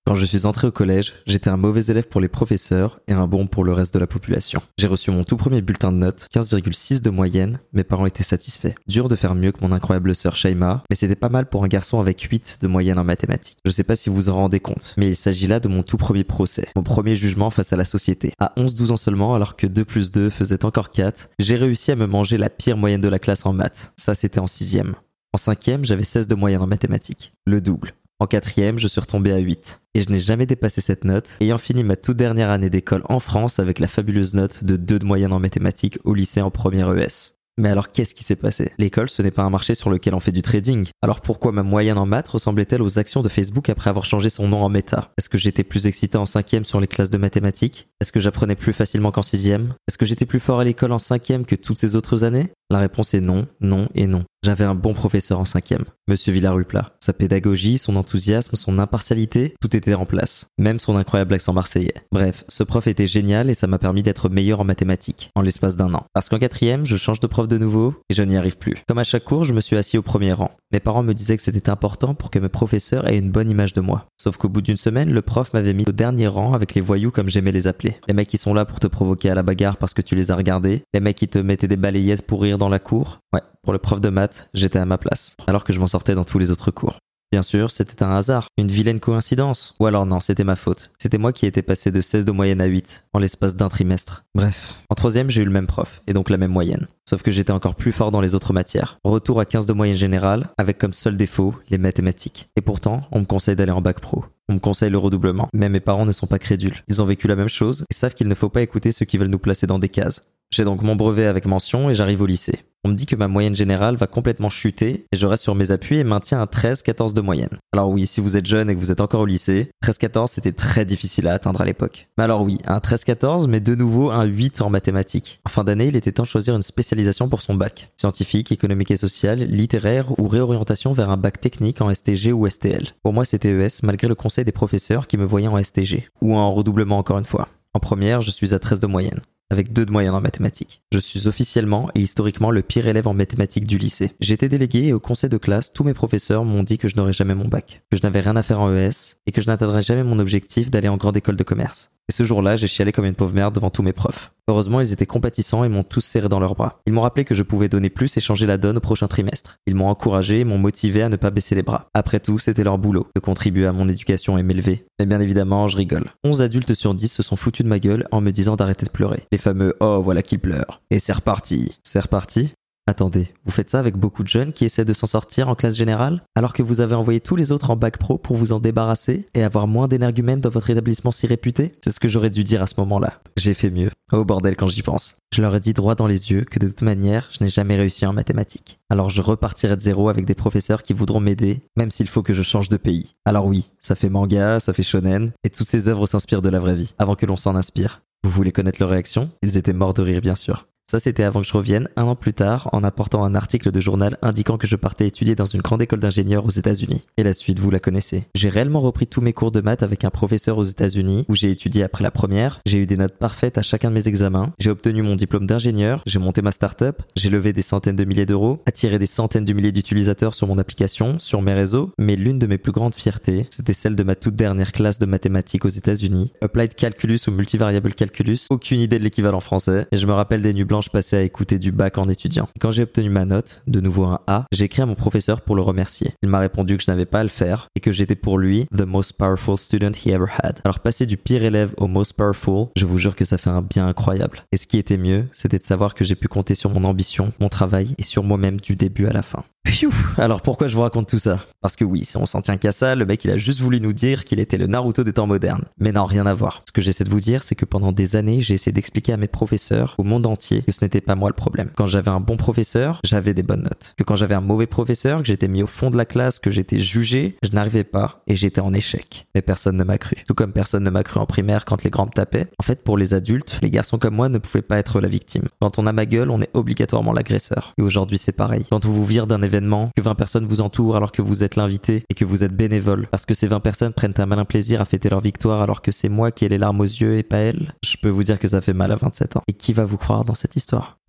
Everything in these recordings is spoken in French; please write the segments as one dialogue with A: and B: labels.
A: Quand je suis entré au collège, j'étais un mauvais élève pour les professeurs et un bon pour le reste de la population. J'ai reçu mon tout premier bulletin de notes, 15,6 de moyenne, mes parents étaient satisfaits. Dur de faire mieux que mon incroyable sœur Shaima, mais c'était pas mal pour un garçon avec 8 de moyenne en mathématiques. Je sais pas si vous vous en rendez compte, mais il s'agit là de mon tout premier procès, mon premier jugement face à la société. À 11-12 ans seulement, alors que 2 plus 2 faisait encore 4, j'ai réussi à me manger la pire moyenne de la classe en maths. Ça, c'était en 6e. En 5e, j'avais 16 de moyenne en mathématiques, le double. En 4e, je suis retombé à 8. Et je n'ai jamais dépassé cette note, ayant fini ma toute dernière année d'école en France avec la fabuleuse note de 2 de moyenne en mathématiques au lycée en première ES. Mais alors qu'est-ce qui s'est passé? L'école, ce n'est pas un marché sur lequel on fait du trading. Alors pourquoi ma moyenne en maths ressemblait-elle aux actions de Facebook après avoir changé son nom en Meta? Est-ce que j'étais plus excité en 5e sur les classes de mathématiques? Est-ce que j'apprenais plus facilement qu'en 6e? Est-ce que j'étais plus fort à l'école en 5e que toutes ces autres années? La réponse est non, non et non. J'avais un bon professeur en 5e, Monsieur Villarupla. Sa pédagogie, son enthousiasme, son impartialité, tout était en place. Même son incroyable accent marseillais. Bref, ce prof était génial et ça m'a permis d'être meilleur en mathématiques, en l'espace d'un an. Parce qu'en 4e, je change de prof de nouveau et je n'y arrive plus. Comme à chaque cours, je me suis assis au premier rang. Mes parents me disaient que c'était important pour que mes professeurs aient une bonne image de moi. Sauf qu'au bout d'une semaine, le prof m'avait mis au dernier rang avec les voyous comme j'aimais les appeler. Les mecs qui sont là pour te provoquer à la bagarre parce que tu les as regardés. Les mecs qui te mettaient des balayettes pour rire dans la cour. Ouais, pour le prof de maths, j'étais à ma place. Alors que je m'en sortais dans tous les autres cours. Bien sûr, c'était un hasard, une vilaine coïncidence. Ou alors non, c'était ma faute. C'était moi qui étais passé de 16 de moyenne à 8, en l'espace d'un trimestre. Bref, en 3e, j'ai eu le même prof, et donc la même moyenne. Sauf que j'étais encore plus fort dans les autres matières. Retour à 15 de moyenne générale, avec comme seul défaut, les mathématiques. Et pourtant, on me conseille d'aller en bac pro. On me conseille le redoublement. Mais mes parents ne sont pas crédules. Ils ont vécu la même chose, et savent qu'il ne faut pas écouter ceux qui veulent nous placer dans des cases. J'ai donc mon brevet avec mention et j'arrive au lycée. On me dit que ma moyenne générale va complètement chuter et je reste sur mes appuis et maintiens un 13-14 de moyenne. Alors oui, si vous êtes jeune et que vous êtes encore au lycée, 13-14 c'était très difficile à atteindre à l'époque. Mais alors oui, un 13-14 mais de nouveau un 8 en mathématiques. En fin d'année, il était temps de choisir une spécialisation pour son bac. Scientifique, économique et social, littéraire ou réorientation vers un bac technique en STG ou STL. Pour moi c'était ES malgré le conseil des professeurs qui me voyaient en STG. Ou en redoublement encore une fois. En première, je suis à 13 de moyenne. Avec 2 de moyenne en mathématiques. Je suis officiellement et historiquement le pire élève en mathématiques du lycée. J'ai été délégué et au conseil de classe, tous mes professeurs m'ont dit que je n'aurais jamais mon bac, que je n'avais rien à faire en ES et que je n'atteindrais jamais mon objectif d'aller en grande école de commerce. Et ce jour-là, j'ai chialé comme une pauvre merde devant tous mes profs. Heureusement, ils étaient compatissants et m'ont tous serré dans leurs bras. Ils m'ont rappelé que je pouvais donner plus et changer la donne au prochain trimestre. Ils m'ont encouragé et m'ont motivé à ne pas baisser les bras. Après tout, c'était leur boulot, de contribuer à mon éducation et m'élever. Mais bien évidemment, je rigole. 11 adultes sur 10 se sont foutus de ma gueule en me disant d'arrêter de pleurer. Les fameux « Oh, voilà qui pleure ». Et c'est reparti. C'est reparti ? Attendez, vous faites ça avec beaucoup de jeunes qui essaient de s'en sortir en classe générale, alors que vous avez envoyé tous les autres en bac pro pour vous en débarrasser et avoir moins d'énergumènes dans votre établissement si réputé? C'est ce que j'aurais dû dire à ce moment-là. J'ai fait mieux. Oh bordel quand j'y pense. Je leur ai dit droit dans les yeux que de toute manière, je n'ai jamais réussi en mathématiques. Alors je repartirai de zéro avec des professeurs qui voudront m'aider, même s'il faut que je change de pays. Alors oui, ça fait manga, ça fait shonen, et toutes ces œuvres s'inspirent de la vraie vie, avant que l'on s'en inspire. Vous voulez connaître leur réaction? Ils étaient morts de rire bien sûr. Ça, c'était avant que je revienne, un an plus tard, en apportant un article de journal indiquant que je partais étudier dans une grande école d'ingénieurs aux États-Unis. Et la suite, vous la connaissez. J'ai réellement repris tous mes cours de maths avec un professeur aux États-Unis, où j'ai étudié après la première. J'ai eu des notes parfaites à chacun de mes examens. J'ai obtenu mon diplôme d'ingénieur. J'ai monté ma start-up. J'ai levé des centaines de milliers d'euros, attiré des centaines de milliers d'utilisateurs sur mon application, sur mes réseaux. Mais l'une de mes plus grandes fiertés, c'était celle de ma toute dernière classe de mathématiques aux États-Unis. Applied Calculus ou Multivariable Calculus. Aucune idée de l'équivalent français. Et je me rappelle des nuits blanches passées à écouter du bac en étudiant. Et quand j'ai obtenu ma note, de nouveau un A, j'ai écrit à mon professeur pour le remercier. Il m'a répondu que je n'avais pas à le faire et que j'étais pour lui the most powerful student he ever had. Alors passer du pire élève au most powerful, je vous jure que ça fait un bien incroyable. Et ce qui était mieux, c'était de savoir que j'ai pu compter sur mon ambition, mon travail et sur moi-même du début à la fin. Pfiou. Alors pourquoi je vous raconte tout ça? Parce que oui, si on s'en tient qu'à ça, le mec il a juste voulu nous dire qu'il était le Naruto des temps modernes. Mais non, rien à voir. Ce que j'essaie de vous dire, c'est que pendant des années, j'ai essayé d'expliquer à mes professeurs, au monde entier, que ce n'était pas moi le problème. Quand j'avais un bon professeur, j'avais des bonnes notes. Que quand j'avais un mauvais professeur, que j'étais mis au fond de la classe, que j'étais jugé, je n'arrivais pas et j'étais en échec. Mais personne ne m'a cru. Tout comme personne ne m'a cru en primaire quand les grands me tapaient. En fait, pour les adultes, les garçons comme moi ne pouvaient pas être la victime. Quand on a ma gueule, on est obligatoirement l'agresseur. Et aujourd'hui, c'est pareil. Quand on vous vire d'un événement, que 20 personnes vous entourent alors que vous êtes l'invité et que vous êtes bénévole, parce que ces 20 personnes prennent un malin plaisir à fêter leur victoire alors que c'est moi qui ai les larmes aux yeux et pas elles, je peux vous dire que ça fait mal à 27 ans. Et qui va vous croire dans cette histoire?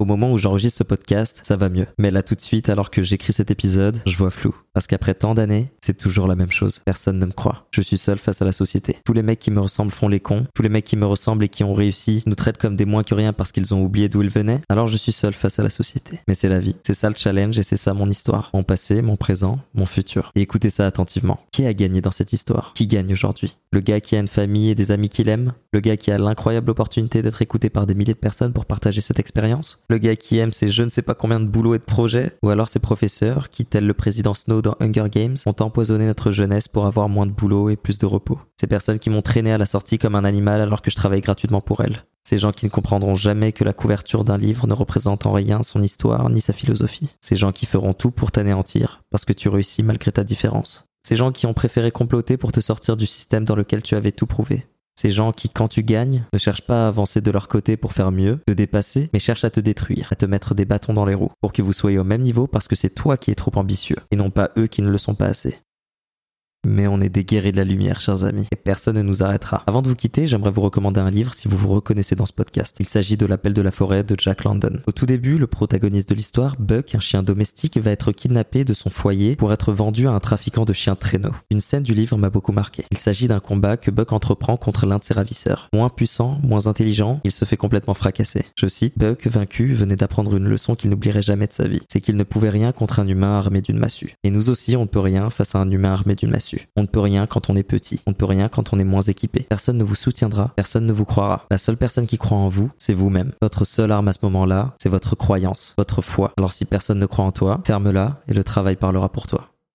A: Au moment où j'enregistre ce podcast, ça va mieux. Mais là tout de suite, alors que j'écris cet épisode, je vois flou. Parce qu'après tant d'années, c'est toujours la même chose. Personne ne me croit. Je suis seul face à la société. Tous les mecs qui me ressemblent font les cons. Tous les mecs qui me ressemblent et qui ont réussi nous traitent comme des moins que rien parce qu'ils ont oublié d'où ils venaient. Alors je suis seul face à la société. Mais c'est la vie. C'est ça le challenge et c'est ça mon histoire. Mon passé, mon présent, mon futur. Et écoutez ça attentivement. Qui a gagné dans cette histoire? Qui gagne aujourd'hui? Le gars qui a une famille et des amis qu'il aime? Le gars qui a l'incroyable opportunité d'être écouté par des milliers de personnes pour partager cette expérience? Le gars qui aime ses je ne sais pas combien de boulots et de projets? Ou alors ses professeurs qui, tel le président Snow dans Hunger Games, ont empoisonné notre jeunesse pour avoir moins de boulot et plus de repos? Ces personnes qui m'ont traîné à la sortie comme un animal alors que je travaille gratuitement pour elles. Ces gens qui ne comprendront jamais que la couverture d'un livre ne représente en rien son histoire ni sa philosophie. Ces gens qui feront tout pour t'anéantir parce que tu réussis malgré ta différence. Ces gens qui ont préféré comploter pour te sortir du système dans lequel tu avais tout prouvé. Ces gens qui, quand tu gagnes, ne cherchent pas à avancer de leur côté pour faire mieux, te dépasser, mais cherchent à te détruire, à te mettre des bâtons dans les roues, pour que vous soyez au même niveau parce que c'est toi qui es trop ambitieux, et non pas eux qui ne le sont pas assez. Mais on est des guerriers de la lumière, chers amis, et personne ne nous arrêtera. Avant de vous quitter, j'aimerais vous recommander un livre si vous vous reconnaissez dans ce podcast. Il s'agit de L'Appel de la forêt de Jack London. Au tout début, le protagoniste de l'histoire, Buck, un chien domestique, va être kidnappé de son foyer pour être vendu à un trafiquant de chiens traîneaux. Une scène du livre m'a beaucoup marqué. Il s'agit d'un combat que Buck entreprend contre l'un de ses ravisseurs. Moins puissant, moins intelligent, il se fait complètement fracasser. Je cite, Buck, vaincu, venait d'apprendre une leçon qu'il n'oublierait jamais de sa vie. C'est qu'il ne pouvait rien contre un humain armé d'une massue. Et nous aussi, on ne peut rien face à un humain armé d'une massue. On ne peut rien quand on est petit. On ne peut rien quand on est moins équipé. Personne ne vous soutiendra. Personne ne vous croira. La seule personne qui croit en vous, c'est vous-même. Votre seule arme à ce moment-là, c'est votre croyance, votre foi. Alors si personne ne croit en toi, ferme-la et le travail parlera pour toi.